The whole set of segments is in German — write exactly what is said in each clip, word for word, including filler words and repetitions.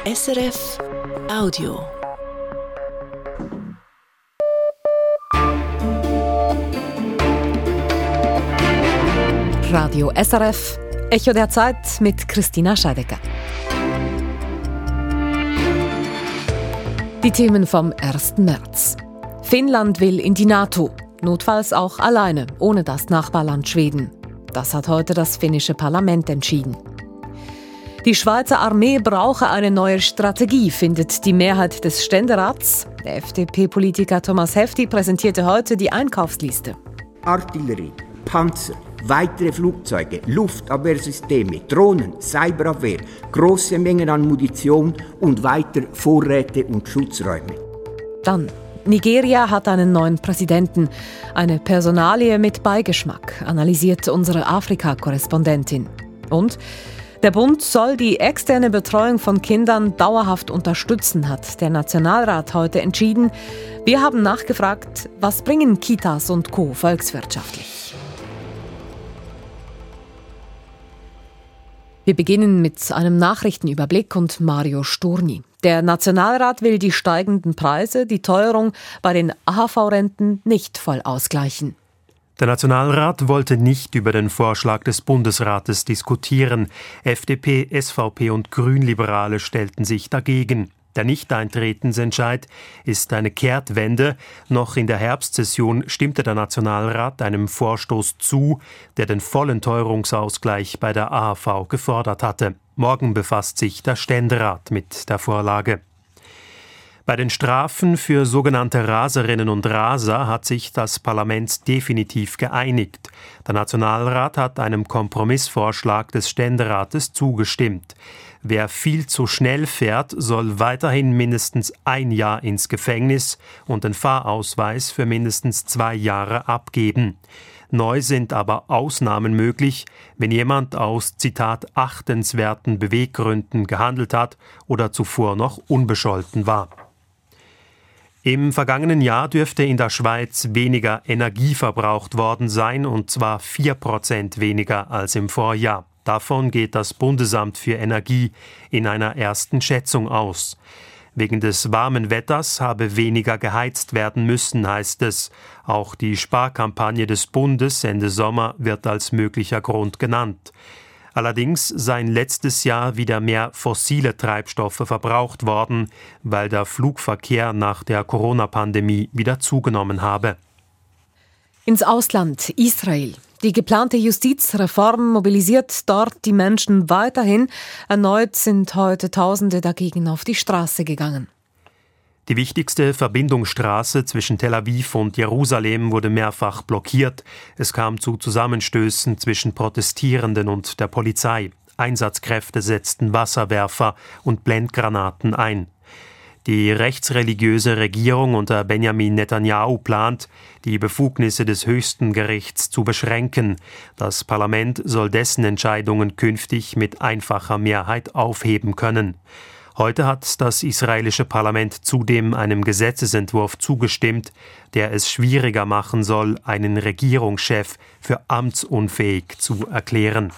S R F Audio. Radio S R F, Echo der Zeit mit Christina Scheidecker. Die Themen vom ersten März. Finnland will in die NATO, notfalls auch alleine, ohne das Nachbarland Schweden. Das hat heute das finnische Parlament entschieden. Die Schweizer Armee brauche eine neue Strategie, findet die Mehrheit des Ständerats. Der F D P-Politiker Thomas Hefti präsentierte heute die Einkaufsliste. Artillerie, Panzer, weitere Flugzeuge, Luftabwehrsysteme, Drohnen, Cyberabwehr, große Mengen an Munition und weiter Vorräte und Schutzräume. Dann, Nigeria hat einen neuen Präsidenten. Eine Personalie mit Beigeschmack, analysiert unsere Afrika-Korrespondentin. Und der Bund soll die externe Betreuung von Kindern dauerhaft unterstützen, hat der Nationalrat heute entschieden. Wir haben nachgefragt, was bringen Kitas und Co. volkswirtschaftlich? Wir beginnen mit einem Nachrichtenüberblick und Mario Sturni. Der Nationalrat will die steigenden Preise, die Teuerung bei den A H V-Renten nicht voll ausgleichen. Der Nationalrat wollte nicht über den Vorschlag des Bundesrates diskutieren. F D P, S V P und Grünliberale stellten sich dagegen. Der Nicht-Eintretensentscheid ist eine Kehrtwende. Noch in der Herbstsession stimmte der Nationalrat einem Vorstoß zu, der den vollen Teuerungsausgleich bei der A H V gefordert hatte. Morgen befasst sich der Ständerat mit der Vorlage. Bei den Strafen für sogenannte Raserinnen und Raser hat sich das Parlament definitiv geeinigt. Der Nationalrat hat einem Kompromissvorschlag des Ständerates zugestimmt. Wer viel zu schnell fährt, soll weiterhin mindestens ein Jahr ins Gefängnis und den Fahrausweis für mindestens zwei Jahre abgeben. Neu sind aber Ausnahmen möglich, wenn jemand aus, Zitat, achtenswerten Beweggründen gehandelt hat oder zuvor noch unbescholten war. Im vergangenen Jahr dürfte in der Schweiz weniger Energie verbraucht worden sein, und zwar vier Prozent weniger als im Vorjahr. Davon geht das Bundesamt für Energie in einer ersten Schätzung aus. Wegen des warmen Wetters habe weniger geheizt werden müssen, heißt es. Auch die Sparkampagne des Bundes Ende Sommer wird als möglicher Grund genannt. Allerdings seien letztes Jahr wieder mehr fossile Treibstoffe verbraucht worden, weil der Flugverkehr nach der Corona-Pandemie wieder zugenommen habe. Ins Ausland, Israel. Die geplante Justizreform mobilisiert dort die Menschen weiterhin. Erneut sind heute Tausende dagegen auf die Straße gegangen. Die wichtigste Verbindungsstraße zwischen Tel Aviv und Jerusalem wurde mehrfach blockiert. Es kam zu Zusammenstößen zwischen Protestierenden und der Polizei. Einsatzkräfte setzten Wasserwerfer und Blendgranaten ein. Die rechtsreligiöse Regierung unter Benjamin Netanyahu plant, die Befugnisse des höchsten Gerichts zu beschränken. Das Parlament soll dessen Entscheidungen künftig mit einfacher Mehrheit aufheben können. Heute hat das israelische Parlament zudem einem Gesetzesentwurf zugestimmt, der es schwieriger machen soll, einen Regierungschef für amtsunfähig zu erklären.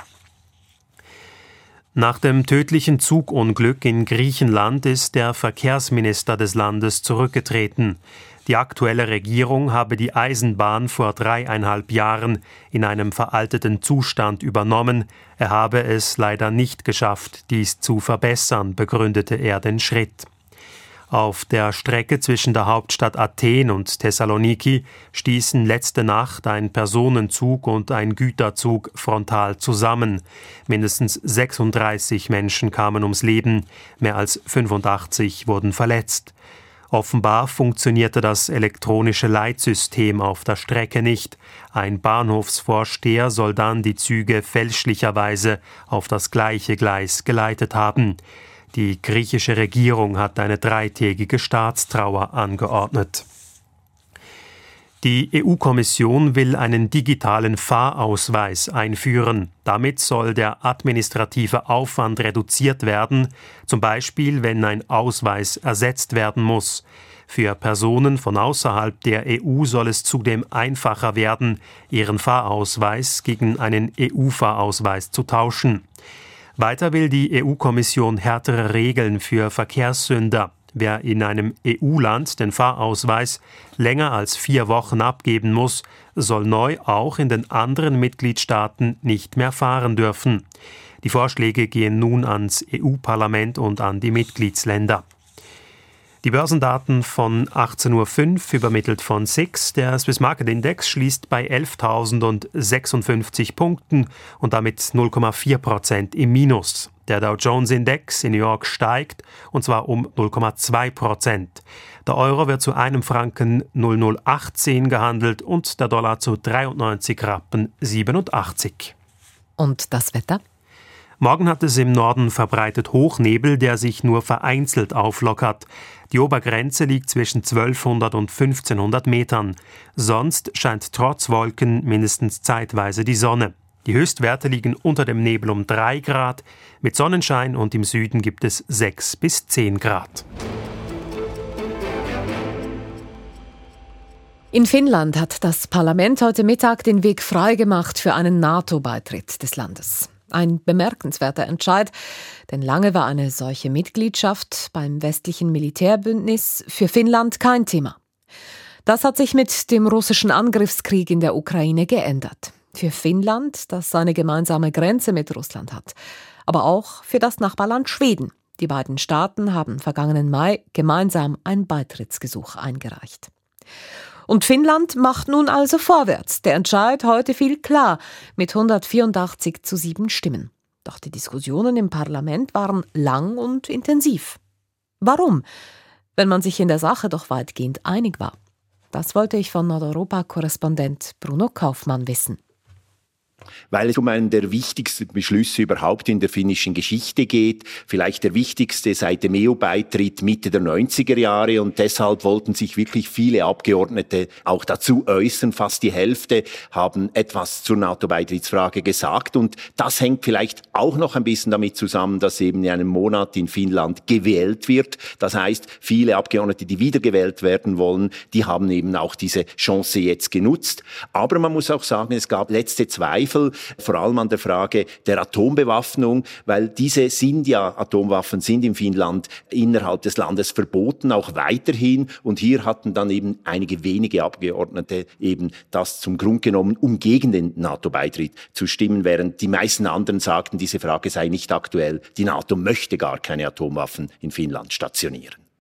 Nach dem tödlichen Zugunglück in Griechenland ist der Verkehrsminister des Landes zurückgetreten. Die aktuelle Regierung habe die Eisenbahn vor dreieinhalb Jahren in einem veralteten Zustand übernommen. Er habe es leider nicht geschafft, dies zu verbessern, begründete er den Schritt. Auf der Strecke zwischen der Hauptstadt Athen und Thessaloniki stießen letzte Nacht ein Personenzug und ein Güterzug frontal zusammen. Mindestens sechsunddreißig Menschen kamen ums Leben, mehr als fünfundachtzig wurden verletzt. Offenbar funktionierte das elektronische Leitsystem auf der Strecke nicht. Ein Bahnhofsvorsteher soll dann die Züge fälschlicherweise auf das gleiche Gleis geleitet haben. Die griechische Regierung hat eine dreitägige Staatstrauer angeordnet. Die E U-Kommission will einen digitalen Fahrausweis einführen. Damit soll der administrative Aufwand reduziert werden, zum Beispiel wenn ein Ausweis ersetzt werden muss. Für Personen von außerhalb der E U soll es zudem einfacher werden, ihren Fahrausweis gegen einen E U-Fahrausweis zu tauschen. Weiter will die E U-Kommission härtere Regeln für Verkehrssünder. Wer in einem E U-Land den Fahrausweis länger als vier Wochen abgeben muss, soll neu auch in den anderen Mitgliedstaaten nicht mehr fahren dürfen. Die Vorschläge gehen nun ans E U-Parlament und an die Mitgliedsländer. Die Börsendaten von achtzehn Uhr fünf, übermittelt von S I X. Der Swiss Market Index schließt bei elftausendsechsundfünfzig Punkten und damit null Komma vier Prozent im Minus. Der Dow Jones Index in New York steigt, und zwar um null Komma zwei Prozent. Der Euro wird zu einem Franken null Komma null achtzehn gehandelt und der Dollar zu dreiundneunzig Rappen siebenundachtzig. Und das Wetter? Morgen hat es im Norden verbreitet Hochnebel, der sich nur vereinzelt auflockert. Die Obergrenze liegt zwischen zwölfhundert und fünfzehnhundert Metern. Sonst scheint trotz Wolken mindestens zeitweise die Sonne. Die Höchstwerte liegen unter dem Nebel um drei Grad. Mit Sonnenschein und im Süden gibt es sechs bis zehn Grad. In Finnland hat das Parlament heute Mittag den Weg freigemacht für einen NATO-Beitritt des Landes. Ein bemerkenswerter Entscheid, denn lange war eine solche Mitgliedschaft beim westlichen Militärbündnis für Finnland kein Thema. Das hat sich mit dem russischen Angriffskrieg in der Ukraine geändert. Für Finnland, das eine gemeinsame Grenze mit Russland hat, aber auch für das Nachbarland Schweden. Die beiden Staaten haben vergangenen Mai gemeinsam ein Beitrittsgesuch eingereicht. Und Finnland macht nun also vorwärts. Der Entscheid heute fiel klar mit hundertvierundachtzig zu sieben Stimmen. Doch die Diskussionen im Parlament waren lang und intensiv. Warum? Wenn man sich in der Sache doch weitgehend einig war. Das wollte ich von Nordeuropa-Korrespondent Bruno Kaufmann wissen. Weil es um einen der wichtigsten Beschlüsse überhaupt in der finnischen Geschichte geht, vielleicht der wichtigste seit dem E U-Beitritt Mitte der neunziger Jahre, und deshalb wollten sich wirklich viele Abgeordnete auch dazu äußern. Fast die Hälfte haben etwas zur NATO-Beitrittsfrage gesagt, und das hängt vielleicht auch noch ein bisschen damit zusammen, dass eben in einem Monat in Finnland gewählt wird. Das heißt, viele Abgeordnete, die wiedergewählt werden wollen, die haben eben auch diese Chance jetzt genutzt. Aber man muss auch sagen, es gab letzte Zweifel, vor allem an der Frage der Atombewaffnung, weil diese sind ja, Atomwaffen sind in Finnland innerhalb des Landes verboten, auch weiterhin. Und hier hatten dann eben einige wenige Abgeordnete eben das zum Grund genommen, um gegen den NATO-Beitritt zu stimmen, während die meisten anderen sagten, diese Frage sei nicht aktuell. Die NATO möchte gar keine Atomwaffen in Finnland stationieren.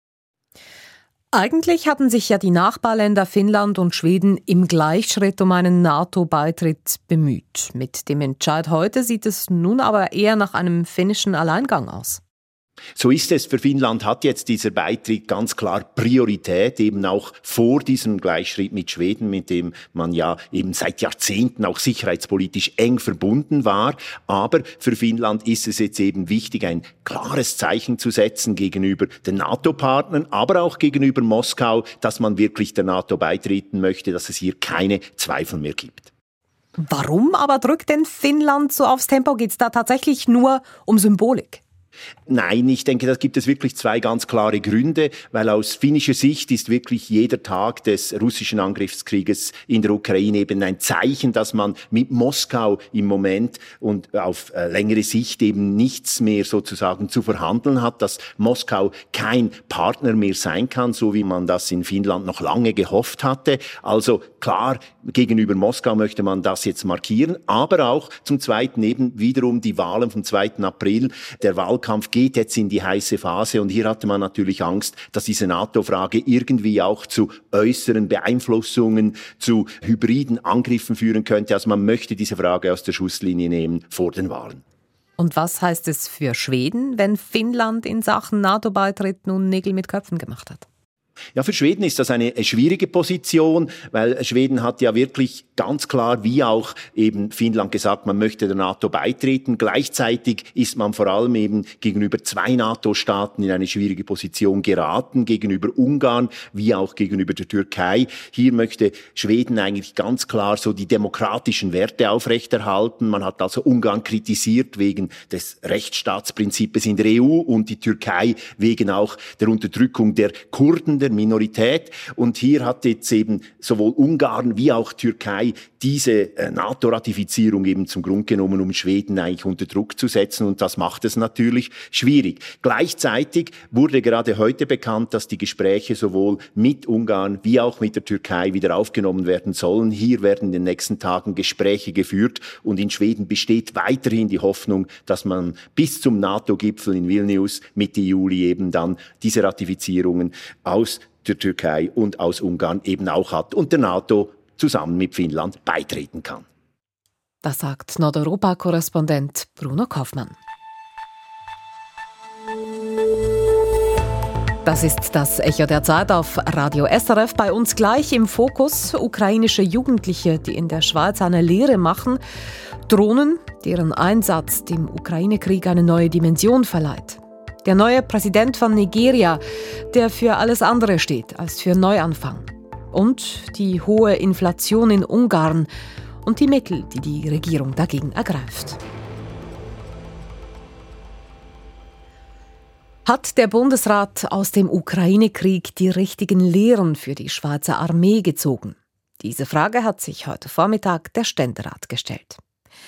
Eigentlich hatten sich ja die Nachbarländer Finnland und Schweden im Gleichschritt um einen NATO-Beitritt bemüht. Mit dem Entscheid heute sieht es nun aber eher nach einem finnischen Alleingang aus. So ist es. Für Finnland hat jetzt dieser Beitritt ganz klar Priorität, eben auch vor diesem Gleichschritt mit Schweden, mit dem man ja eben seit Jahrzehnten auch sicherheitspolitisch eng verbunden war. Aber für Finnland ist es jetzt eben wichtig, ein klares Zeichen zu setzen gegenüber den NATO-Partnern, aber auch gegenüber Moskau, dass man wirklich der NATO beitreten möchte, dass es hier keine Zweifel mehr gibt. Warum aber drückt denn Finnland so aufs Tempo? Geht es da tatsächlich nur um Symbolik? Nein, ich denke, da gibt es wirklich zwei ganz klare Gründe, weil aus finnischer Sicht ist wirklich jeder Tag des russischen Angriffskrieges in der Ukraine eben ein Zeichen, dass man mit Moskau im Moment und auf äh, längere Sicht eben nichts mehr sozusagen zu verhandeln hat, dass Moskau kein Partner mehr sein kann, so wie man das in Finnland noch lange gehofft hatte. Also klar, gegenüber Moskau möchte man das jetzt markieren, aber auch zum Zweiten eben wiederum die Wahlen vom zweiten April, der Wahlkampf Kampf geht jetzt in die heiße Phase, und hier hatte man natürlich Angst, dass diese NATO-Frage irgendwie auch zu äußeren Beeinflussungen, zu hybriden Angriffen führen könnte. Also man möchte diese Frage aus der Schusslinie nehmen vor den Wahlen. Und was heißt es für Schweden, wenn Finnland in Sachen NATO-Beitritt nun Nägel mit Köpfen gemacht hat? Ja, für Schweden ist das eine schwierige Position, weil Schweden hat ja wirklich ganz klar, wie auch eben Finnland gesagt, man möchte der NATO beitreten. Gleichzeitig ist man vor allem eben gegenüber zwei NATO-Staaten in eine schwierige Position geraten, gegenüber Ungarn wie auch gegenüber der Türkei. Hier möchte Schweden eigentlich ganz klar so die demokratischen Werte aufrechterhalten. Man hat also Ungarn kritisiert wegen des Rechtsstaatsprinzips in der E U und die Türkei wegen auch der Unterdrückung der Kurden Länder, Minorität. Und hier hat jetzt eben sowohl Ungarn wie auch Türkei diese äh, NATO-Ratifizierung eben zum Grund genommen, um Schweden eigentlich unter Druck zu setzen. Und das macht es natürlich schwierig. Gleichzeitig wurde gerade heute bekannt, dass die Gespräche sowohl mit Ungarn wie auch mit der Türkei wieder aufgenommen werden sollen. Hier werden in den nächsten Tagen Gespräche geführt. Und in Schweden besteht weiterhin die Hoffnung, dass man bis zum NATO-Gipfel in Vilnius Mitte Juli eben dann diese Ratifizierungen aus der Türkei und aus Ungarn eben auch hat und der NATO zusammen mit Finnland beitreten kann. Das sagt Nordeuropa-Korrespondent Bruno Kaufmann. Das ist das Echo der Zeit auf Radio S R F. Bei uns gleich im Fokus ukrainische Jugendliche, die in der Schweiz eine Lehre machen. Drohnen, deren Einsatz dem Ukraine-Krieg eine neue Dimension verleiht. Der neue Präsident von Nigeria, der für alles andere steht als für Neuanfang. Und die hohe Inflation in Ungarn und die Mittel, die die Regierung dagegen ergreift. Hat der Bundesrat aus dem Ukraine-Krieg die richtigen Lehren für die Schweizer Armee gezogen? Diese Frage hat sich heute Vormittag der Ständerat gestellt.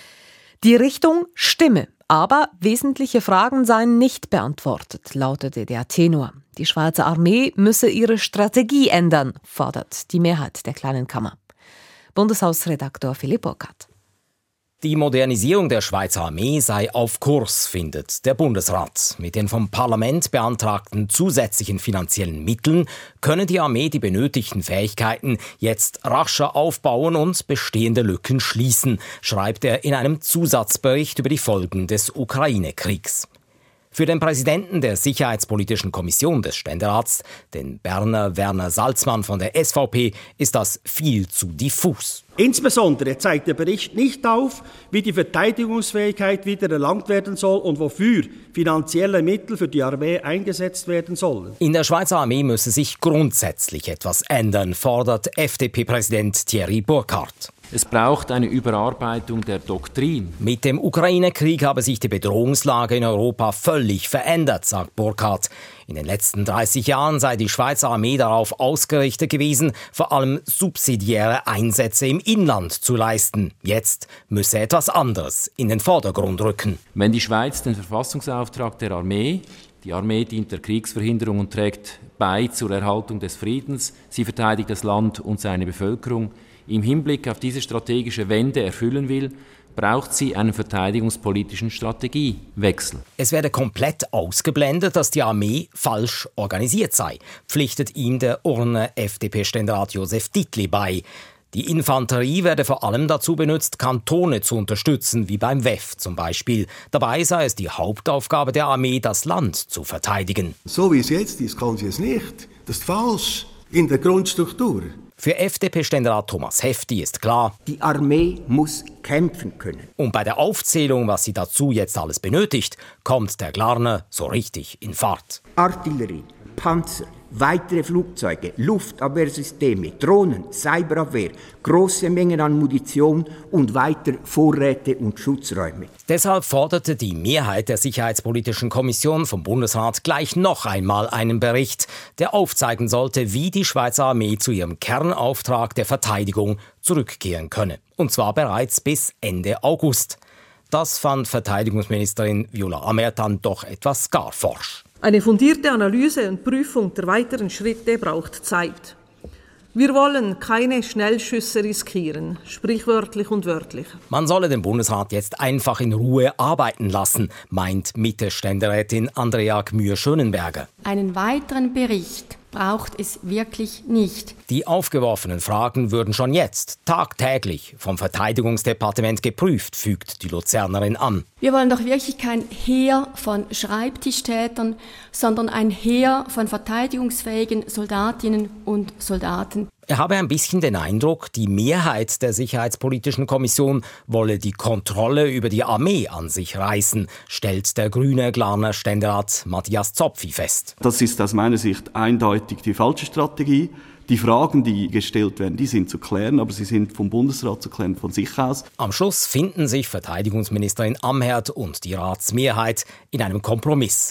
Die Richtung stimme, aber wesentliche Fragen seien nicht beantwortet, lautete der Tenor. Die Schweizer Armee müsse ihre Strategie ändern, fordert die Mehrheit der Kleinen Kammer. Bundeshausredaktor Philipp Burkhardt. Die Modernisierung der Schweizer Armee sei auf Kurs, findet der Bundesrat. Mit den vom Parlament beantragten zusätzlichen finanziellen Mitteln könne die Armee die benötigten Fähigkeiten jetzt rascher aufbauen und bestehende Lücken schließen, schreibt er in einem Zusatzbericht über die Folgen des Ukraine-Kriegs. Für den Präsidenten der Sicherheitspolitischen Kommission des Ständerats, den Berner Werner Salzmann von der S V P, ist das viel zu diffus. Insbesondere zeigt der Bericht nicht auf, wie die Verteidigungsfähigkeit wieder erlangt werden soll und wofür finanzielle Mittel für die Armee eingesetzt werden sollen. In der Schweizer Armee müsse sich grundsätzlich etwas ändern, fordert F D P-Präsident Thierry Burkhardt. Es braucht eine Überarbeitung der Doktrin. Mit dem Ukraine-Krieg habe sich die Bedrohungslage in Europa völlig verändert, sagt Burkhardt. In den letzten dreißig Jahren sei die Schweizer Armee darauf ausgerichtet gewesen, vor allem subsidiäre Einsätze im Inland zu leisten. Jetzt müsse etwas anderes in den Vordergrund rücken. Wenn die Schweiz den Verfassungsauftrag der Armee, die Armee dient der Kriegsverhinderung und trägt bei zur Erhaltung des Friedens, sie verteidigt das Land und seine Bevölkerung, im Hinblick auf diese strategische Wende erfüllen will, braucht sie einen verteidigungspolitischen Strategiewechsel. Es werde komplett ausgeblendet, dass die Armee falsch organisiert sei, pflichtet ihm der Urner F D P-Ständerat Josef Dittli bei. Die Infanterie werde vor allem dazu benutzt, Kantone zu unterstützen, wie beim W E F zum Beispiel. Dabei sei es die Hauptaufgabe der Armee, das Land zu verteidigen. So wie es jetzt ist, kann sie es nicht. Das ist falsch in der Grundstruktur. Für F D P-Ständerat Thomas Hefti ist klar, die Armee muss kämpfen können. Und bei der Aufzählung, was sie dazu jetzt alles benötigt, kommt der Glarner so richtig in Fahrt. Artillerie, Panzer, weitere Flugzeuge, Luftabwehrsysteme, Drohnen, Cyberabwehr, große Mengen an Munition und weiter Vorräte und Schutzräume. Deshalb forderte die Mehrheit der Sicherheitspolitischen Kommission vom Bundesrat gleich noch einmal einen Bericht, der aufzeigen sollte, wie die Schweizer Armee zu ihrem Kernauftrag der Verteidigung zurückkehren könne. Und zwar bereits bis Ende August. Das fand Verteidigungsministerin Viola Amherd dann doch etwas gar forsch. Eine fundierte Analyse und Prüfung der weiteren Schritte braucht Zeit. Wir wollen keine Schnellschüsse riskieren, sprichwörtlich und wörtlich. Man solle den Bundesrat jetzt einfach in Ruhe arbeiten lassen, meint Mitte-Ständerätin Andrea Gmür-Schönenberger. Einen weiteren Bericht braucht es wirklich nicht. Die aufgeworfenen Fragen würden schon jetzt tagtäglich vom Verteidigungsdepartement geprüft, fügt die Luzernerin an. Wir wollen doch wirklich kein Heer von Schreibtischtätern, sondern ein Heer von verteidigungsfähigen Soldatinnen und Soldaten. Er habe ein bisschen den Eindruck, die Mehrheit der Sicherheitspolitischen Kommission wolle die Kontrolle über die Armee an sich reißen, stellt der grüne Glarner Ständerat Matthias Zopfi fest. Das ist aus meiner Sicht eindeutig die falsche Strategie. Die Fragen, die gestellt werden, die sind zu klären, aber sie sind vom Bundesrat zu klären von sich aus. Am Schluss finden sich Verteidigungsministerin Amherd und die Ratsmehrheit in einem Kompromiss.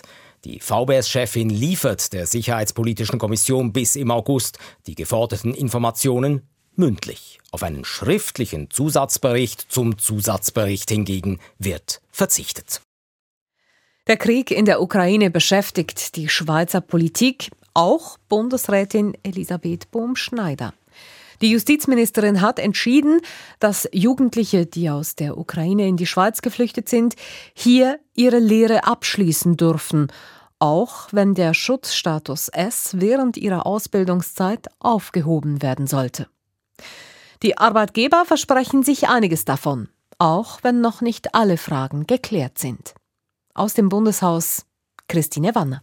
Die V B S-Chefin liefert der Sicherheitspolitischen Kommission bis im August die geforderten Informationen mündlich. Auf einen schriftlichen Zusatzbericht zum Zusatzbericht hingegen wird verzichtet. Der Krieg in der Ukraine beschäftigt die Schweizer Politik, auch Bundesrätin Elisabeth Bohm-Schneider. Die Justizministerin hat entschieden, dass Jugendliche, die aus der Ukraine in die Schweiz geflüchtet sind, hier ihre Lehre abschließen dürfen, auch wenn der Schutzstatus S während ihrer Ausbildungszeit aufgehoben werden sollte. Die Arbeitgeber versprechen sich einiges davon, auch wenn noch nicht alle Fragen geklärt sind. Aus dem Bundeshaus Christine Wanner.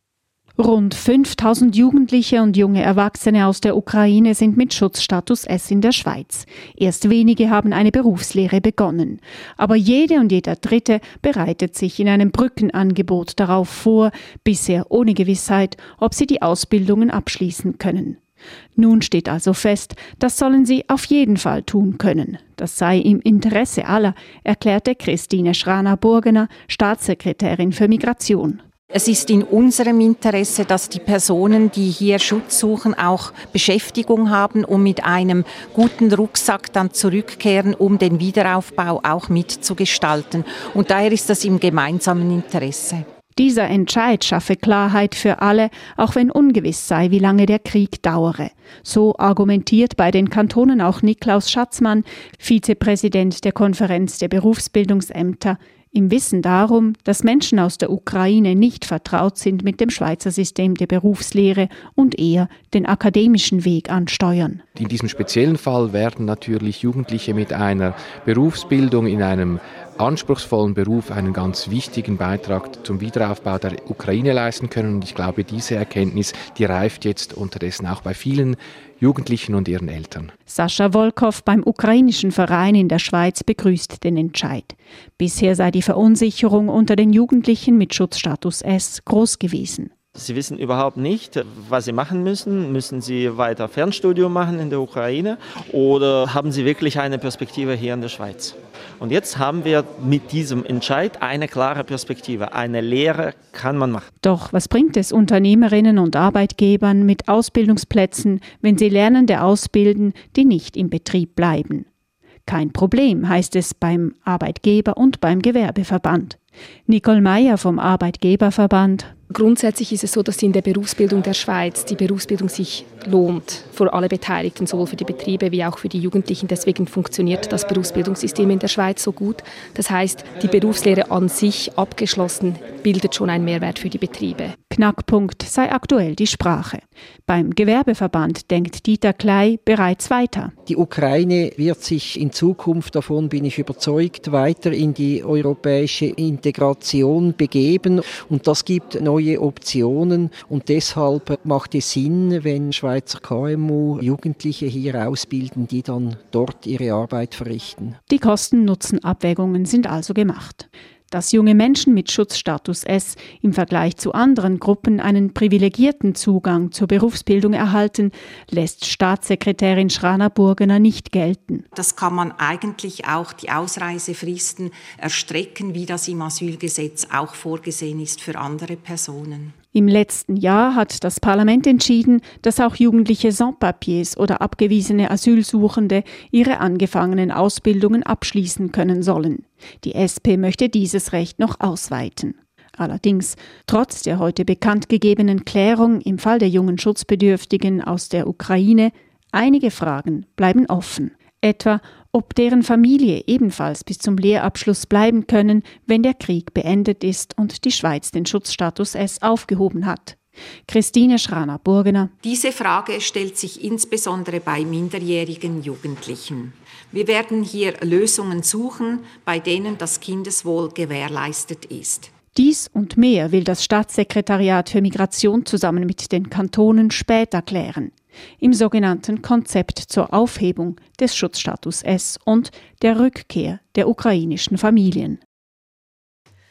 Rund fünftausend Jugendliche und junge Erwachsene aus der Ukraine sind mit Schutzstatus S in der Schweiz. Erst wenige haben eine Berufslehre begonnen. Aber jede und jeder Dritte bereitet sich in einem Brückenangebot darauf vor, bisher ohne Gewissheit, ob sie die Ausbildungen abschließen können. Nun steht also fest, das sollen sie auf jeden Fall tun können. Das sei im Interesse aller, erklärte Christine Schraner-Burgener, Staatssekretärin für Migration. Es ist in unserem Interesse, dass die Personen, die hier Schutz suchen, auch Beschäftigung haben und mit einem guten Rucksack dann zurückkehren, um den Wiederaufbau auch mitzugestalten. Und daher ist das im gemeinsamen Interesse. Dieser Entscheid schaffe Klarheit für alle, auch wenn ungewiss sei, wie lange der Krieg dauere. So argumentiert bei den Kantonen auch Niklaus Schatzmann, Vizepräsident der Konferenz der Berufsbildungsämter, im Wissen darum, dass Menschen aus der Ukraine nicht vertraut sind mit dem Schweizer System der Berufslehre und eher den akademischen Weg ansteuern. In diesem speziellen Fall werden natürlich Jugendliche mit einer Berufsbildung in einem anspruchsvollen Beruf einen ganz wichtigen Beitrag zum Wiederaufbau der Ukraine leisten können. Und ich glaube, diese Erkenntnis, die reift jetzt unterdessen auch bei vielen Jugendlichen und ihren Eltern. Sascha Volkov beim ukrainischen Verein in der Schweiz begrüßt den Entscheid. Bisher sei die Verunsicherung unter den Jugendlichen mit Schutzstatus S groß gewesen. Sie wissen überhaupt nicht, was sie machen müssen. Müssen sie weiter Fernstudium machen in der Ukraine oder haben sie wirklich eine Perspektive hier in der Schweiz? Und jetzt haben wir mit diesem Entscheid eine klare Perspektive. Eine Lehre kann man machen. Doch was bringt es Unternehmerinnen und Arbeitgebern mit Ausbildungsplätzen, wenn sie Lernende ausbilden, die nicht im Betrieb bleiben? Kein Problem, heißt es beim Arbeitgeber- und beim Gewerbeverband. Nicole Meyer vom Arbeitgeberverband. Grundsätzlich ist es so, dass in der Berufsbildung der Schweiz die Berufsbildung sich lohnt für alle Beteiligten, sowohl für die Betriebe wie auch für die Jugendlichen. Deswegen funktioniert das Berufsbildungssystem in der Schweiz so gut. Das heißt, die Berufslehre an sich abgeschlossen bildet schon einen Mehrwert für die Betriebe. Knackpunkt sei aktuell die Sprache. Beim Gewerbeverband denkt Dieter Klei bereits weiter. Die Ukraine wird sich in Zukunft, davon bin ich überzeugt, weiter in die europäische Integration begeben und das gibt neue Optionen und deshalb macht es Sinn, wenn Schweizer K M U Jugendliche hier ausbilden, die dann dort ihre Arbeit verrichten. Die Kosten-Nutzen-Abwägungen sind also gemacht. Dass junge Menschen mit Schutzstatus S im Vergleich zu anderen Gruppen einen privilegierten Zugang zur Berufsbildung erhalten, lässt Staatssekretärin Schraner-Burgener nicht gelten. Das kann man eigentlich auch die Ausreisefristen erstrecken, wie das im Asylgesetz auch vorgesehen ist für andere Personen. Im letzten Jahr hat das Parlament entschieden, dass auch jugendliche Sans-Papiers oder abgewiesene Asylsuchende ihre angefangenen Ausbildungen abschließen können sollen. Die S P möchte dieses Recht noch ausweiten. Allerdings, trotz der heute bekannt gegebenen Klärung im Fall der jungen Schutzbedürftigen aus der Ukraine, einige Fragen bleiben offen. Etwa, ob deren Familie ebenfalls bis zum Lehrabschluss bleiben können, wenn der Krieg beendet ist und die Schweiz den Schutzstatus S aufgehoben hat. Christine Schraner-Burgener. Diese Frage stellt sich insbesondere bei minderjährigen Jugendlichen. Wir werden hier Lösungen suchen, bei denen das Kindeswohl gewährleistet ist. Dies und mehr will das Staatssekretariat für Migration zusammen mit den Kantonen später klären. Im sogenannten Konzept zur Aufhebung des Schutzstatus S und der Rückkehr der ukrainischen Familien.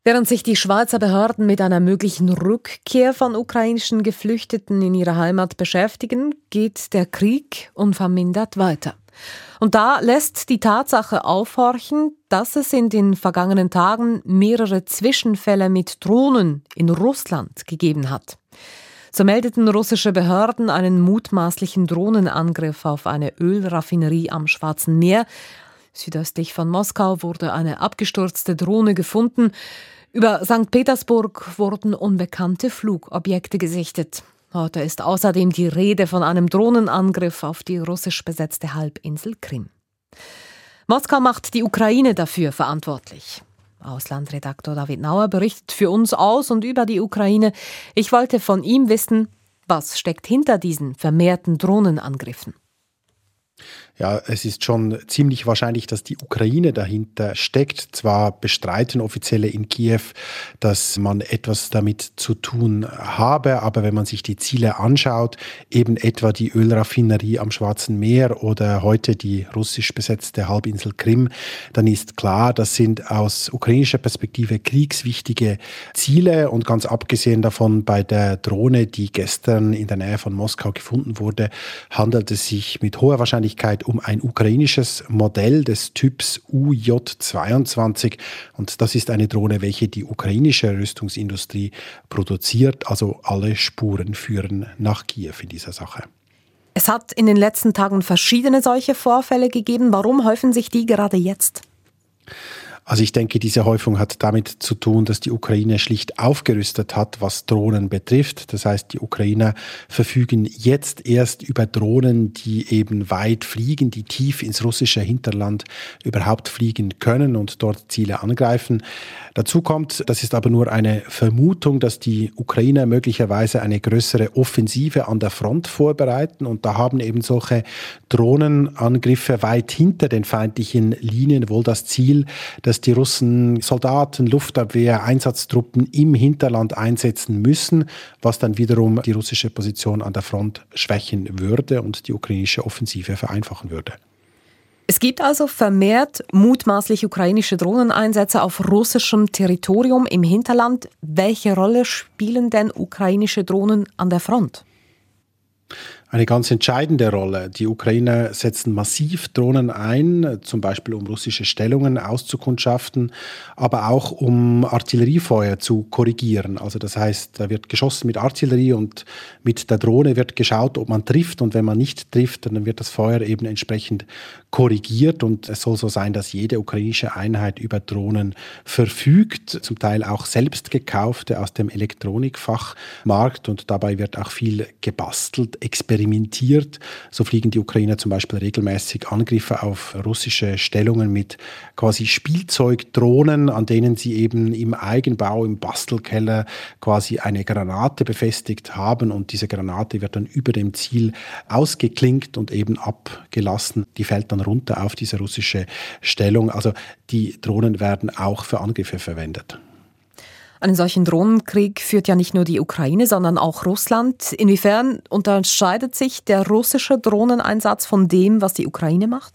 Während sich die Schweizer Behörden mit einer möglichen Rückkehr von ukrainischen Geflüchteten in ihre Heimat beschäftigen, geht der Krieg unvermindert weiter. Und da lässt die Tatsache aufhorchen, dass es in den vergangenen Tagen mehrere Zwischenfälle mit Drohnen in Russland gegeben hat. So meldeten russische Behörden einen mutmaßlichen Drohnenangriff auf eine Ölraffinerie am Schwarzen Meer. Südöstlich von Moskau wurde eine abgestürzte Drohne gefunden. Über Sankt Petersburg wurden unbekannte Flugobjekte gesichtet. Heute ist außerdem die Rede von einem Drohnenangriff auf die russisch besetzte Halbinsel Krim. Moskau macht die Ukraine dafür verantwortlich. Auslandredaktor David Nauer berichtet für uns aus und über die Ukraine. Ich wollte von ihm wissen, was steckt hinter diesen vermehrten Drohnenangriffen? Ja, es ist schon ziemlich wahrscheinlich, dass die Ukraine dahinter steckt. Zwar bestreiten Offizielle in Kiew, dass man etwas damit zu tun habe, aber wenn man sich die Ziele anschaut, eben etwa die Ölraffinerie am Schwarzen Meer oder heute die russisch besetzte Halbinsel Krim, dann ist klar, das sind aus ukrainischer Perspektive kriegswichtige Ziele und ganz abgesehen davon bei der Drohne, die gestern in der Nähe von Moskau gefunden wurde, handelt es sich mit hoher Wahrscheinlichkeit um ein ukrainisches Modell des Typs U J zweiundzwanzig und das ist eine Drohne, welche die ukrainische Rüstungsindustrie produziert, also alle Spuren führen nach Kiew in dieser Sache. Es hat in den letzten Tagen verschiedene solche Vorfälle gegeben. Warum häufen sich die gerade jetzt? Also ich denke, diese Häufung hat damit zu tun, dass die Ukraine schlicht aufgerüstet hat, was Drohnen betrifft. Das heißt, die Ukrainer verfügen jetzt erst über Drohnen, die eben weit fliegen, die tief ins russische Hinterland überhaupt fliegen können und dort Ziele angreifen. Dazu kommt, das ist aber nur eine Vermutung, dass die Ukrainer möglicherweise eine größere Offensive an der Front vorbereiten und da haben eben solche Drohnenangriffe weit hinter den feindlichen Linien wohl das Ziel, dass die Russen Soldaten, Luftabwehr, Einsatztruppen im Hinterland einsetzen müssen, was dann wiederum die russische Position an der Front schwächen würde und die ukrainische Offensive vereinfachen würde. Es gibt also vermehrt mutmaßlich ukrainische Drohneneinsätze auf russischem Territorium im Hinterland. Welche Rolle spielen denn ukrainische Drohnen an der Front? Eine ganz entscheidende Rolle. Die Ukrainer setzen massiv Drohnen ein, zum Beispiel um russische Stellungen auszukundschaften, aber auch um Artilleriefeuer zu korrigieren. Also das heißt, da wird geschossen mit Artillerie und mit der Drohne wird geschaut, ob man trifft. Und wenn man nicht trifft, dann wird das Feuer eben entsprechend korrigiert. Und es soll so sein, dass jede ukrainische Einheit über Drohnen verfügt, zum Teil auch selbst gekaufte aus dem Elektronikfachmarkt. Und dabei wird auch viel gebastelt, experimentiert. So fliegen die Ukrainer zum Beispiel regelmäßig Angriffe auf russische Stellungen mit quasi Spielzeugdrohnen, an denen sie eben im Eigenbau, im Bastelkeller quasi eine Granate befestigt haben und diese Granate wird dann über dem Ziel ausgeklinkt und eben abgelassen. Die fällt dann runter auf diese russische Stellung. Also die Drohnen werden auch für Angriffe verwendet. Einen solchen Drohnenkrieg führt ja nicht nur die Ukraine, sondern auch Russland. Inwiefern unterscheidet sich der russische Drohneneinsatz von dem, was die Ukraine macht?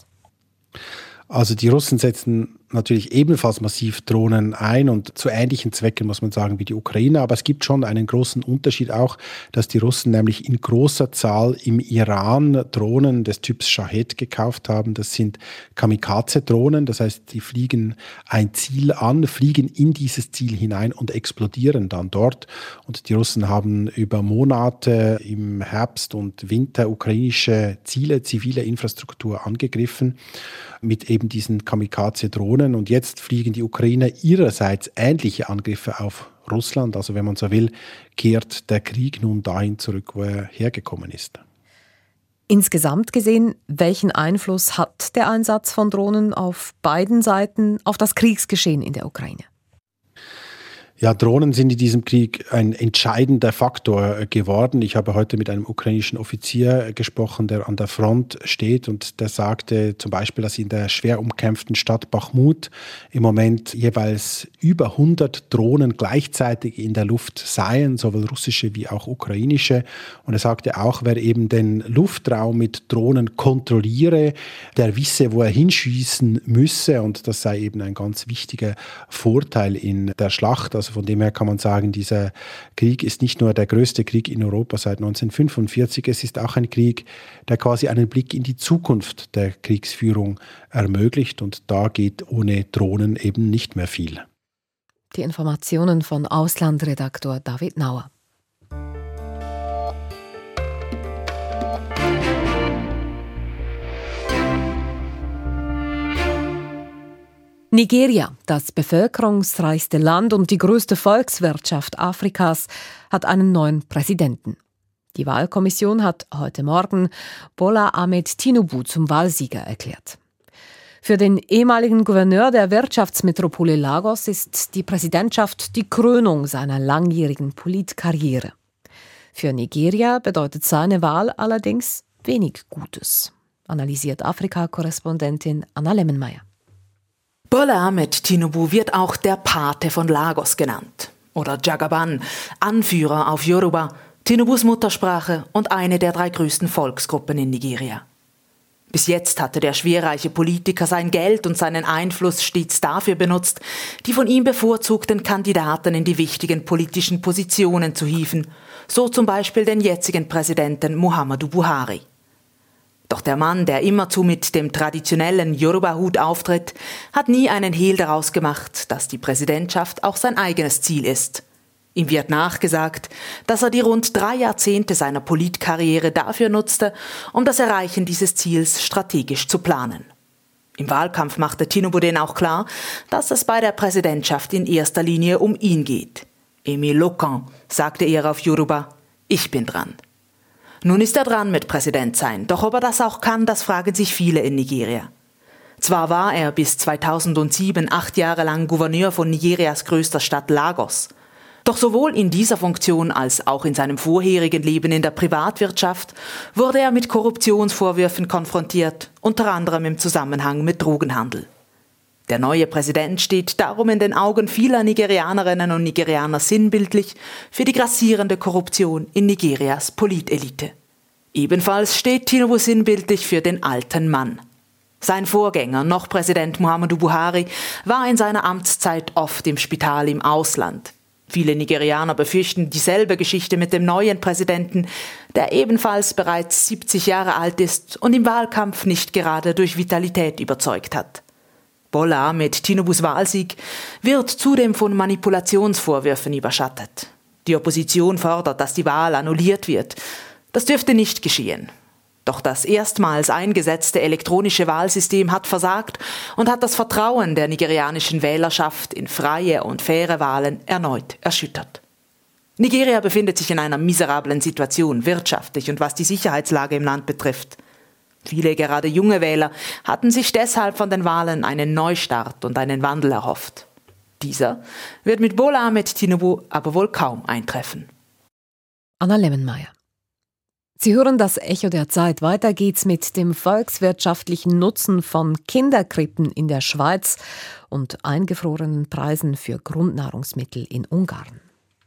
Also die Russen setzen natürlich ebenfalls massiv Drohnen ein und zu ähnlichen Zwecken, muss man sagen, wie die Ukrainer. Aber es gibt schon einen großen Unterschied auch, dass die Russen nämlich in großer Zahl im Iran Drohnen des Typs Shahed gekauft haben. Das sind Kamikaze-Drohnen, das heißt, die fliegen ein Ziel an, fliegen in dieses Ziel hinein und explodieren dann dort. Und die Russen haben über Monate im Herbst und Winter ukrainische Ziele, zivile Infrastruktur angegriffen mit eben diesen Kamikaze-Drohnen. Und jetzt fliegen die Ukrainer ihrerseits ähnliche Angriffe auf Russland. Also wenn man so will, kehrt der Krieg nun dahin zurück, wo er hergekommen ist. Insgesamt gesehen, welchen Einfluss hat der Einsatz von Drohnen auf beiden Seiten auf das Kriegsgeschehen in der Ukraine? Ja, Drohnen sind in diesem Krieg ein entscheidender Faktor geworden. Ich habe heute mit einem ukrainischen Offizier gesprochen, der an der Front steht, und der sagte zum Beispiel, dass in der schwer umkämpften Stadt Bachmut im Moment jeweils über hundert Drohnen gleichzeitig in der Luft seien, sowohl russische wie auch ukrainische. Und er sagte auch, wer eben den Luftraum mit Drohnen kontrolliere, der wisse, wo er hinschießen müsse, und das sei eben ein ganz wichtiger Vorteil in der Schlacht. Also von dem her kann man sagen, dieser Krieg ist nicht nur der größte Krieg in Europa seit neunzehnhundertfünfundvierzig, es ist auch ein Krieg, der quasi einen Blick in die Zukunft der Kriegsführung ermöglicht, und da geht ohne Drohnen eben nicht mehr viel. Die Informationen von Auslandredaktor David Nauer. Nigeria, das bevölkerungsreichste Land und die größte Volkswirtschaft Afrikas, hat einen neuen Präsidenten. Die Wahlkommission hat heute Morgen Bola Ahmed Tinubu zum Wahlsieger erklärt. Für den ehemaligen Gouverneur der Wirtschaftsmetropole Lagos ist die Präsidentschaft die Krönung seiner langjährigen Politkarriere. Für Nigeria bedeutet seine Wahl allerdings wenig Gutes, analysiert Afrika-Korrespondentin Anna Lemmenmeier. Bola Ahmed Tinubu wird auch der Pate von Lagos genannt. Oder Jagaban, Anführer auf Yoruba, Tinubus Muttersprache und eine der drei größten Volksgruppen in Nigeria. Bis jetzt hatte der schwerreiche Politiker sein Geld und seinen Einfluss stets dafür benutzt, die von ihm bevorzugten Kandidaten in die wichtigen politischen Positionen zu hieven, so zum Beispiel den jetzigen Präsidenten Muhammadu Buhari. Doch der Mann, der immerzu mit dem traditionellen Yoruba-Hut auftritt, hat nie einen Hehl daraus gemacht, dass die Präsidentschaft auch sein eigenes Ziel ist. Ihm wird nachgesagt, dass er die rund drei Jahrzehnte seiner Politkarriere dafür nutzte, um das Erreichen dieses Ziels strategisch zu planen. Im Wahlkampf machte Tinubu den auch klar, dass es bei der Präsidentschaft in erster Linie um ihn geht. Emile Locan, sagte er auf Yoruba, ich bin dran. Nun ist er dran mit Präsident sein, doch ob er das auch kann, das fragen sich viele in Nigeria. Zwar war er bis zweitausendsieben acht Jahre lang Gouverneur von Nigerias größter Stadt Lagos. Doch sowohl in dieser Funktion als auch in seinem vorherigen Leben in der Privatwirtschaft wurde er mit Korruptionsvorwürfen konfrontiert, unter anderem im Zusammenhang mit Drogenhandel. Der neue Präsident steht darum in den Augen vieler Nigerianerinnen und Nigerianer sinnbildlich für die grassierende Korruption in Nigerias Politelite. Ebenfalls steht Tinubu sinnbildlich für den alten Mann. Sein Vorgänger, noch Präsident Muhammadu Buhari, war in seiner Amtszeit oft im Spital im Ausland. Viele Nigerianer befürchten dieselbe Geschichte mit dem neuen Präsidenten, der ebenfalls bereits siebzig Jahre alt ist und im Wahlkampf nicht gerade durch Vitalität überzeugt hat. Bola mit Tinubus Wahlsieg wird zudem von Manipulationsvorwürfen überschattet. Die Opposition fordert, dass die Wahl annulliert wird. Das dürfte nicht geschehen. Doch das erstmals eingesetzte elektronische Wahlsystem hat versagt und hat das Vertrauen der nigerianischen Wählerschaft in freie und faire Wahlen erneut erschüttert. Nigeria befindet sich in einer miserablen Situation, wirtschaftlich und was die Sicherheitslage im Land betrifft. Viele, gerade junge Wähler, hatten sich deshalb von den Wahlen einen Neustart und einen Wandel erhofft. Dieser wird mit Bola Ahmed Tinubu aber wohl kaum eintreffen. Anna Lemmenmeier. Sie hören das Echo der Zeit. Weiter geht's mit dem volkswirtschaftlichen Nutzen von Kinderkrippen in der Schweiz und eingefrorenen Preisen für Grundnahrungsmittel in Ungarn.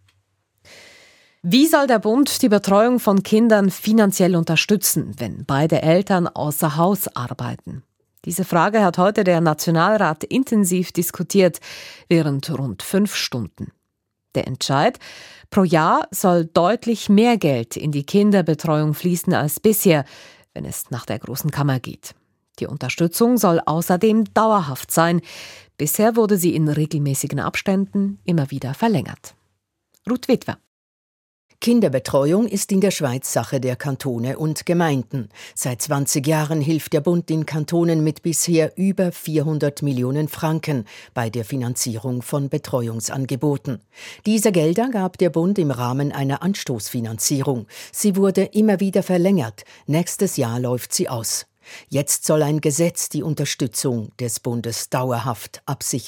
Wie soll der Bund die Betreuung von Kindern finanziell unterstützen, wenn beide Eltern außer Haus arbeiten? Diese Frage hat heute der Nationalrat intensiv diskutiert, während rund fünf Stunden. Der Entscheid: Pro Jahr soll deutlich mehr Geld in die Kinderbetreuung fließen als bisher, wenn es nach der Großen Kammer geht. Die Unterstützung soll außerdem dauerhaft sein. Bisher wurde sie in regelmäßigen Abständen immer wieder verlängert. Ruth Witwer. Kinderbetreuung ist in der Schweiz Sache der Kantone und Gemeinden. Seit zwanzig Jahren hilft der Bund den Kantonen mit bisher über vierhundert Millionen Franken bei der Finanzierung von Betreuungsangeboten. Diese Gelder gab der Bund im Rahmen einer Anstoßfinanzierung. Sie wurde immer wieder verlängert. Nächstes Jahr läuft sie aus. Jetzt soll ein Gesetz die Unterstützung des Bundes dauerhaft absichern.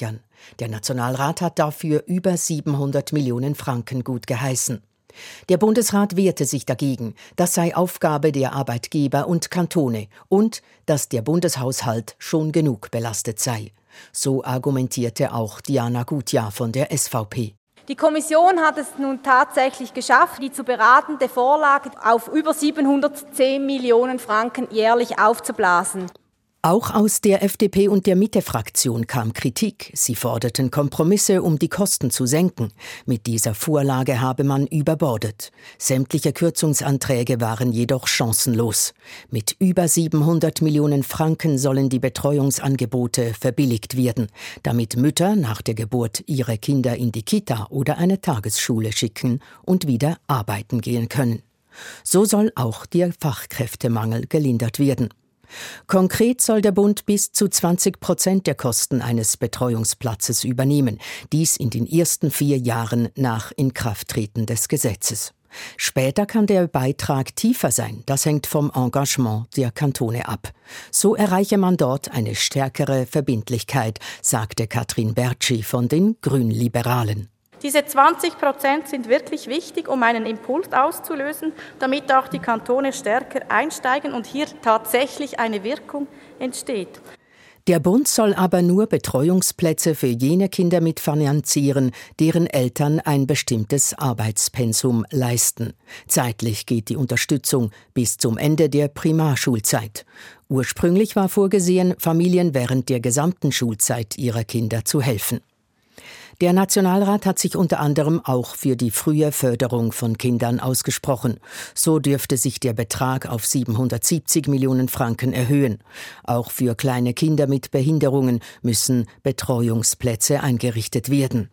Der Nationalrat hat dafür über siebenhundert Millionen Franken gutgeheißen. Der Bundesrat wehrte sich dagegen, das sei Aufgabe der Arbeitgeber und Kantone und dass der Bundeshaushalt schon genug belastet sei. So argumentierte auch Diana Gutjahr von der S V P. Die Kommission hat es nun tatsächlich geschafft, die zu beratende Vorlage auf über siebenhundertzehn Millionen Franken jährlich aufzublasen. Auch aus der F D P und der Mitte-Fraktion kam Kritik. Sie forderten Kompromisse, um die Kosten zu senken. Mit dieser Vorlage habe man überbordet. Sämtliche Kürzungsanträge waren jedoch chancenlos. Mit über siebenhundert Millionen Franken sollen die Betreuungsangebote verbilligt werden, damit Mütter nach der Geburt ihre Kinder in die Kita oder eine Tagesschule schicken und wieder arbeiten gehen können. So soll auch der Fachkräftemangel gelindert werden. Konkret soll der Bund bis zu zwanzig Prozent der Kosten eines Betreuungsplatzes übernehmen, dies in den ersten vier Jahren nach Inkrafttreten des Gesetzes. Später kann der Beitrag tiefer sein, das hängt vom Engagement der Kantone ab. So erreiche man dort eine stärkere Verbindlichkeit, sagte Katrin Bertschi von den Grünliberalen. Diese zwanzig Prozent sind wirklich wichtig, um einen Impuls auszulösen, damit auch die Kantone stärker einsteigen und hier tatsächlich eine Wirkung entsteht. Der Bund soll aber nur Betreuungsplätze für jene Kinder mitfinanzieren, deren Eltern ein bestimmtes Arbeitspensum leisten. Zeitlich geht die Unterstützung bis zum Ende der Primarschulzeit. Ursprünglich war vorgesehen, Familien während der gesamten Schulzeit ihrer Kinder zu helfen. Der Nationalrat hat sich unter anderem auch für die frühe Förderung von Kindern ausgesprochen. So dürfte sich der Betrag auf siebenhundertsiebzig Millionen Franken erhöhen. Auch für kleine Kinder mit Behinderungen müssen Betreuungsplätze eingerichtet werden.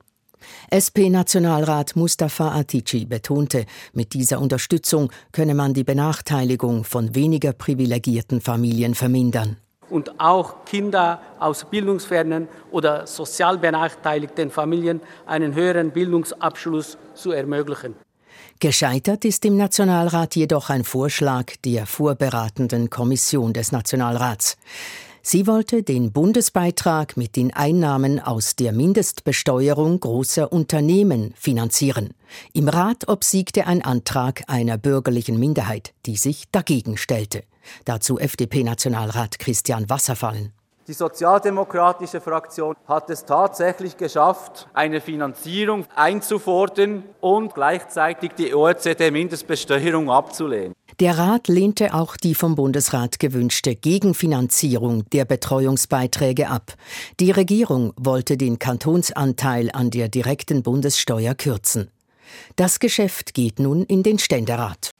S P-Nationalrat Mustafa Atici betonte, mit dieser Unterstützung könne man die Benachteiligung von weniger privilegierten Familien vermindern. Und auch Kinder aus bildungsfernen oder sozial benachteiligten Familien einen höheren Bildungsabschluss zu ermöglichen. Gescheitert ist im Nationalrat jedoch ein Vorschlag der vorberatenden Kommission des Nationalrats. Sie wollte den Bundesbeitrag mit den Einnahmen aus der Mindestbesteuerung großer Unternehmen finanzieren. Im Rat obsiegte ein Antrag einer bürgerlichen Minderheit, die sich dagegen stellte. Dazu F D P-Nationalrat Christian Wasserfallen. Die sozialdemokratische Fraktion hat es tatsächlich geschafft, eine Finanzierung einzufordern und gleichzeitig die O E C D-Mindestbesteuerung abzulehnen. Der Rat lehnte auch die vom Bundesrat gewünschte Gegenfinanzierung der Betreuungsbeiträge ab. Die Regierung wollte den Kantonsanteil an der direkten Bundessteuer kürzen. Das Geschäft geht nun in den Ständerat.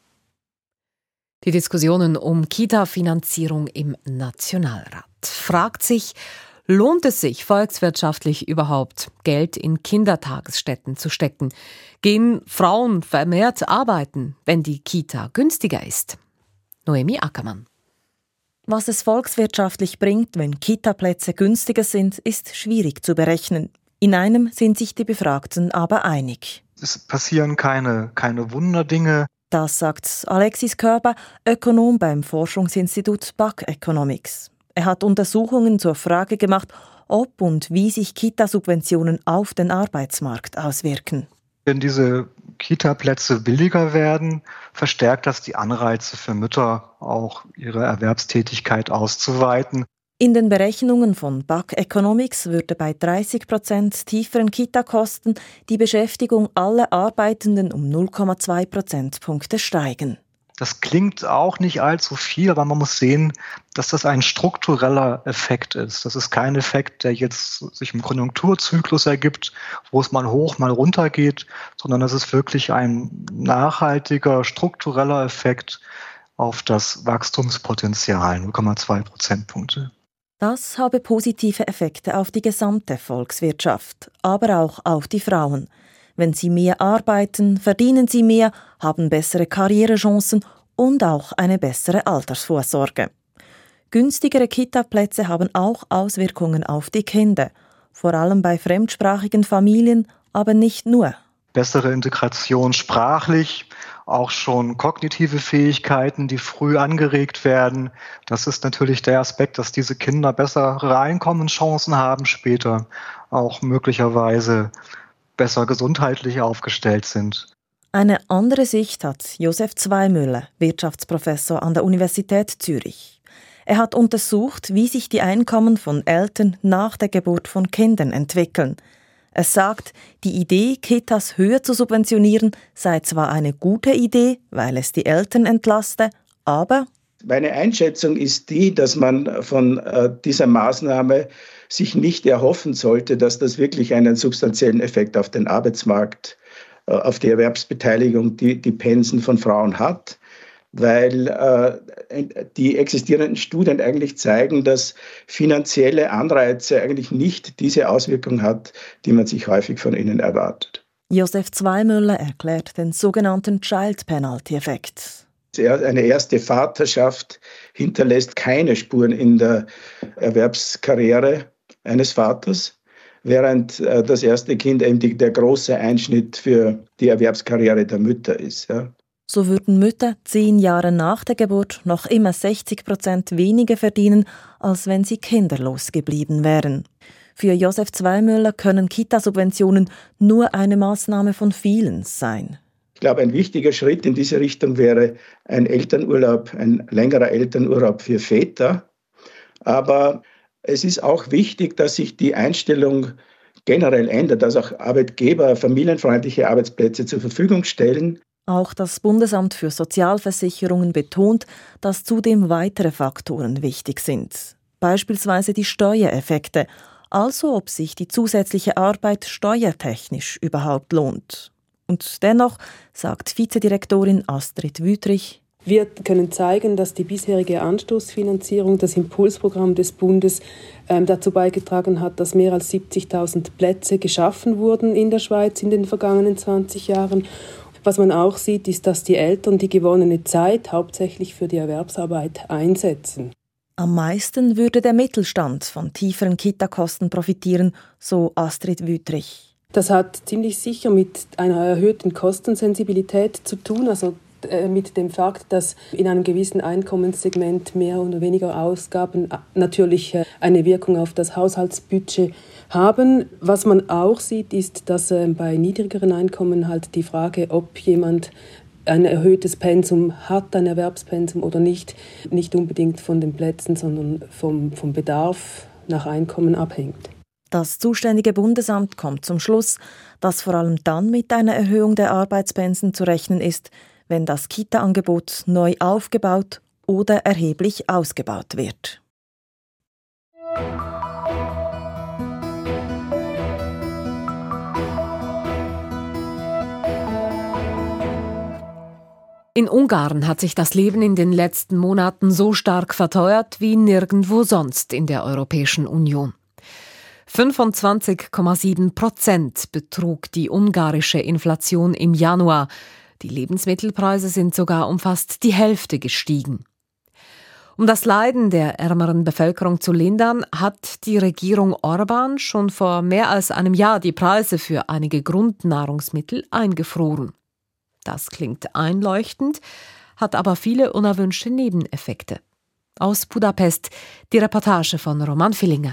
Die Diskussionen um Kita-Finanzierung im Nationalrat. Fragt sich, lohnt es sich volkswirtschaftlich überhaupt, Geld in Kindertagesstätten zu stecken? Gehen Frauen vermehrt arbeiten, wenn die Kita günstiger ist? Noemi Ackermann. Was es volkswirtschaftlich bringt, wenn Kita-Plätze günstiger sind, ist schwierig zu berechnen. In einem sind sich die Befragten aber einig. Es passieren keine, keine Wunderdinge. Das sagt Alexis Körber, Ökonom beim Forschungsinstitut B A C Economics. Er hat Untersuchungen zur Frage gemacht, ob und wie sich Kita-Subventionen auf den Arbeitsmarkt auswirken. Wenn diese Kita-Plätze billiger werden, verstärkt das die Anreize für Mütter, auch ihre Erwerbstätigkeit auszuweiten. In den Berechnungen von B A C Economics würde bei dreißig Prozent tieferen Kita-Kosten die Beschäftigung aller Arbeitenden um null Komma zwei Prozentpunkte steigen. Das klingt auch nicht allzu viel, aber man muss sehen, dass das ein struktureller Effekt ist. Das ist kein Effekt, der jetzt sich im Konjunkturzyklus ergibt, wo es mal hoch, mal runter geht, sondern das ist wirklich ein nachhaltiger, struktureller Effekt auf das Wachstumspotenzial, null Komma zwei Prozentpunkte. Das habe positive Effekte auf die gesamte Volkswirtschaft, aber auch auf die Frauen. Wenn sie mehr arbeiten, verdienen sie mehr, haben bessere Karrierechancen und auch eine bessere Altersvorsorge. Günstigere Kita-Plätze haben auch Auswirkungen auf die Kinder, vor allem bei fremdsprachigen Familien, aber nicht nur. Bessere Integration sprachlich, auch schon kognitive Fähigkeiten, die früh angeregt werden. Das ist natürlich der Aspekt, dass diese Kinder bessere Einkommenschancen haben später. auch möglicherweise besser gesundheitlich aufgestellt sind. Eine andere Sicht hat Josef Zweimüller, Wirtschaftsprofessor an der Universität Zürich. Er hat untersucht, wie sich die Einkommen von Eltern nach der Geburt von Kindern entwickeln. Er sagt, die Idee, Kitas höher zu subventionieren, sei zwar eine gute Idee, weil es die Eltern entlaste, aber meine Einschätzung ist die, dass man von äh, dieser Maßnahme sich nicht erhoffen sollte, dass das wirklich einen substanziellen Effekt auf den Arbeitsmarkt, äh, auf die Erwerbsbeteiligung, die, die Pensen von Frauen hat, weil äh, die existierenden Studien eigentlich zeigen, dass finanzielle Anreize eigentlich nicht diese Auswirkung hat, die man sich häufig von ihnen erwartet. Josef Zweimüller erklärt den sogenannten Child Penalty-Effekt. Eine erste Vaterschaft hinterlässt keine Spuren in der Erwerbskarriere eines Vaters, während das erste Kind eben der große Einschnitt für die Erwerbskarriere der Mütter ist. Ja. So würden Mütter zehn Jahre nach der Geburt noch immer sechzig Prozent weniger verdienen, als wenn sie kinderlos geblieben wären. Für Josef Zweimüller können Kitasubventionen nur eine Maßnahme von vielen sein. Ich glaube, ein wichtiger Schritt in diese Richtung wäre ein Elternurlaub, ein längerer Elternurlaub für Väter. Aber es ist auch wichtig, dass sich die Einstellung generell ändert, dass auch Arbeitgeber familienfreundliche Arbeitsplätze zur Verfügung stellen. Auch das Bundesamt für Sozialversicherungen betont, dass zudem weitere Faktoren wichtig sind. Beispielsweise die Steuereffekte, also ob sich die zusätzliche Arbeit steuertechnisch überhaupt lohnt. Und dennoch, sagt Vizedirektorin Astrid Wüthrich, wir können zeigen, dass die bisherige Anstoßfinanzierung, das Impulsprogramm des Bundes, ähm, dazu beigetragen hat, dass mehr als siebzigtausend Plätze geschaffen wurden in der Schweiz in den vergangenen zwanzig Jahren. Was man auch sieht, ist, dass die Eltern die gewonnene Zeit hauptsächlich für die Erwerbsarbeit einsetzen. Am meisten würde der Mittelstand von tieferen Kitakosten profitieren, so Astrid Wüthrich. Das hat ziemlich sicher mit einer erhöhten Kostensensibilität zu tun, also äh, mit dem Fakt, dass in einem gewissen Einkommenssegment mehr oder weniger Ausgaben natürlich äh, eine Wirkung auf das Haushaltsbudget haben. Was man auch sieht, ist, dass äh, bei niedrigeren Einkommen halt die Frage, ob jemand ein erhöhtes Pensum hat, ein Erwerbspensum oder nicht, nicht unbedingt von den Plätzen, sondern vom, vom Bedarf nach Einkommen abhängt. Das zuständige Bundesamt kommt zum Schluss, dass vor allem dann mit einer Erhöhung der Arbeitspensen zu rechnen ist, wenn das Kita-Angebot neu aufgebaut oder erheblich ausgebaut wird. In Ungarn hat sich das Leben in den letzten Monaten so stark verteuert wie nirgendwo sonst in der Europäischen Union. fünfundzwanzig Komma sieben Prozent betrug die ungarische Inflation im Januar. Die Lebensmittelpreise sind sogar um fast die Hälfte gestiegen. Um das Leiden der ärmeren Bevölkerung zu lindern, hat die Regierung Orbán schon vor mehr als einem Jahr die Preise für einige Grundnahrungsmittel eingefroren. Das klingt einleuchtend, hat aber viele unerwünschte Nebeneffekte. Aus Budapest die Reportage von Roman Villinger.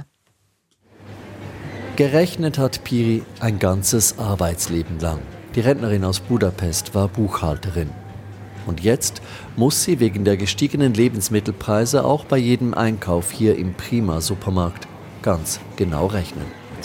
Gerechnet hat Piri ein ganzes Arbeitsleben lang. Die Rentnerin aus Budapest war Buchhalterin. Und jetzt muss sie wegen der gestiegenen Lebensmittelpreise auch bei jedem Einkauf hier im Prima-Supermarkt ganz genau rechnen.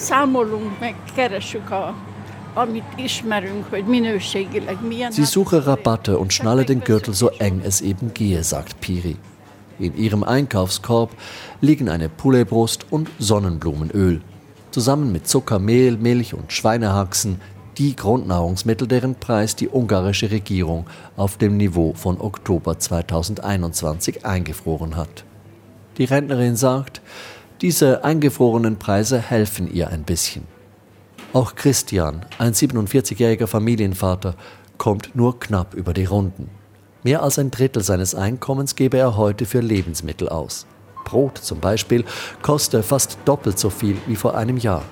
Sie suche Rabatte und schnalle den Gürtel so eng es eben gehe, sagt Piri. In ihrem Einkaufskorb liegen eine Pouletbrust und Sonnenblumenöl. Zusammen mit Zucker, Mehl, Milch und Schweinehaxen die Grundnahrungsmittel, deren Preis die ungarische Regierung auf dem Niveau von Oktober zweitausendeinundzwanzig eingefroren hat. Die Rentnerin sagt, diese eingefrorenen Preise helfen ihr ein bisschen. Auch Christian, ein siebenundvierzigjähriger Familienvater, kommt nur knapp über die Runden. Mehr als ein Drittel seines Einkommens gebe er heute für Lebensmittel aus. Brot zum Beispiel koste fast doppelt so viel wie vor einem Jahr.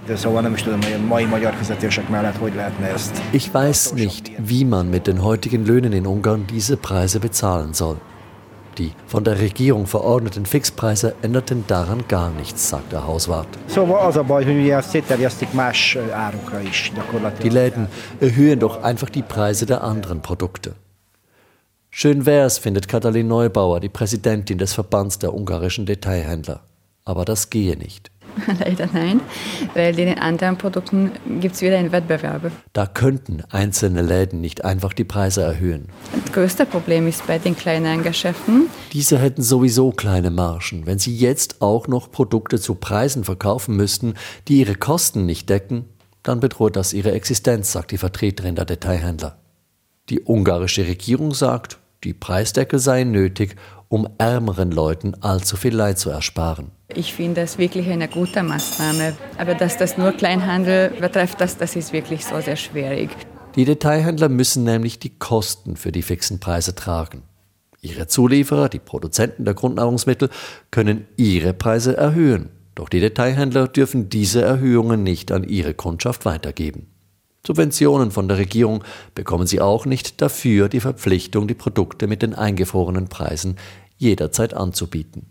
Ich weiß nicht, wie man mit den heutigen Löhnen in Ungarn diese Preise bezahlen soll. Die von der Regierung verordneten Fixpreise änderten daran gar nichts, sagt der Hauswart. Die Läden erhöhen doch einfach die Preise der anderen Produkte. Schön wär's, findet Katalin Neubauer, die Präsidentin des Verbands der ungarischen Detailhändler. Aber das gehe nicht. Leider nein, weil in den anderen Produkten gibt es wieder einen Wettbewerb. Da könnten einzelne Läden nicht einfach die Preise erhöhen. Das größte Problem ist bei den kleinen Geschäften. Diese hätten sowieso kleine Margen. Wenn sie jetzt auch noch Produkte zu Preisen verkaufen müssten, die ihre Kosten nicht decken, dann bedroht das ihre Existenz, sagt die Vertreterin der Detailhändler. Die ungarische Regierung sagt, die Preisdeckel seien nötig, um ärmeren Leuten allzu viel Leid zu ersparen. Ich finde das wirklich eine gute Maßnahme. Aber dass das nur Kleinhandel betrifft, das, das ist wirklich so sehr schwierig. Die Detailhändler müssen nämlich die Kosten für die fixen Preise tragen. Ihre Zulieferer, die Produzenten der Grundnahrungsmittel, können ihre Preise erhöhen. Doch die Detailhändler dürfen diese Erhöhungen nicht an ihre Kundschaft weitergeben. Subventionen von der Regierung bekommen sie auch nicht, dafür die Verpflichtung, die Produkte mit den eingefrorenen Preisen jederzeit anzubieten.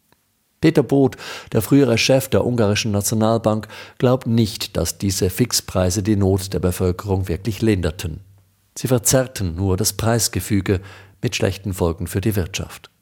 Peter Both, der frühere Chef der ungarischen Nationalbank, glaubt nicht, dass diese Fixpreise die Not der Bevölkerung wirklich linderten. Sie verzerrten nur das Preisgefüge mit schlechten Folgen für die Wirtschaft.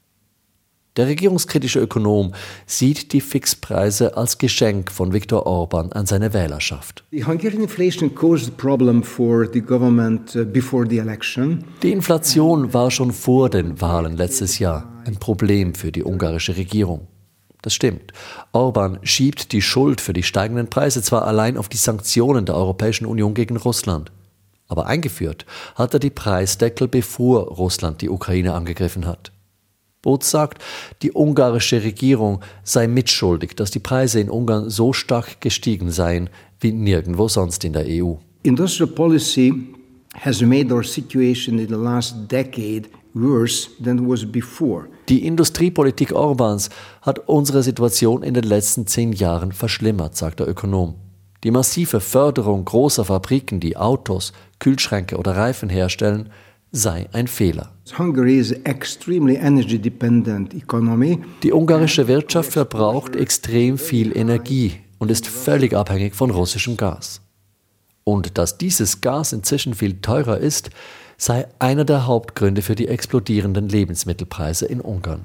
Der regierungskritische Ökonom sieht die Fixpreise als Geschenk von Viktor Orban an seine Wählerschaft. The Hungarian inflation caused a problem for the government before the election. Die Inflation war schon vor den Wahlen letztes Jahr ein Problem für die ungarische Regierung. Das stimmt. Orban schiebt die Schuld für die steigenden Preise zwar allein auf die Sanktionen der Europäischen Union gegen Russland, aber eingeführt hat er die Preisdeckel, bevor Russland die Ukraine angegriffen hat. Both sagt, die ungarische Regierung sei mitschuldig, dass die Preise in Ungarn so stark gestiegen seien wie nirgendwo sonst in der E U. Industrial policy has made our situation in the last decade worse than was before. Die Industriepolitik Orbans hat unsere Situation in den letzten zehn Jahren verschlimmert, sagt der Ökonom. Die massive Förderung großer Fabriken, die Autos, Kühlschränke oder Reifen herstellen, sei ein Fehler. Hungary is an extremely energy dependent economy. Die ungarische Wirtschaft verbraucht extrem viel Energie und ist völlig abhängig von russischem Gas. Und dass dieses Gas inzwischen viel teurer ist, sei einer der Hauptgründe für die explodierenden Lebensmittelpreise in Ungarn.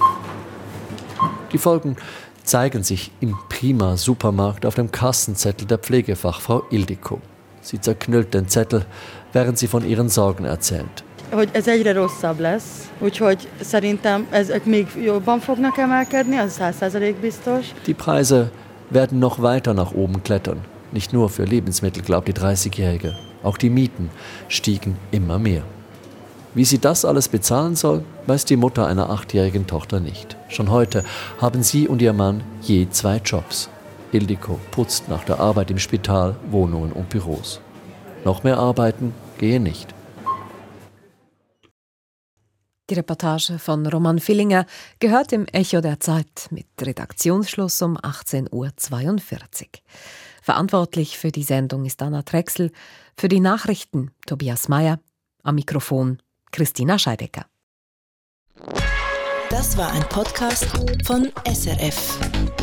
Die Folgen zeigen sich im Prima-Supermarkt auf dem Kassenzettel der Pflegefachfrau Ildikó. Sie zerknüllt den Zettel, während sie von ihren Sorgen erzählt. Hogy ez egyre rosszabb lesz, úgyhogy szerintem ezek még jobban fognak emelkedni, az száz százalék biztos. Die Preise werden noch weiter nach oben klettern. Nicht nur für Lebensmittel, glaubt die dreißigjährige. Auch die Mieten stiegen immer mehr. Wie sie das alles bezahlen soll, weiß die Mutter einer achtjährigen Tochter nicht. Schon heute haben sie und ihr Mann je zwei Jobs. Ildikó putzt nach der Arbeit im Spital Wohnungen und Büros. Noch mehr arbeiten gehe nicht. Die Reportage von Roman Villinger gehört im Echo der Zeit mit Redaktionsschluss um achtzehn Uhr zweiundvierzig. Verantwortlich für die Sendung ist Anna Drechsel, für die Nachrichten Tobias Mayer, am Mikrofon Christina Scheidecker. Das war ein Podcast von S R F.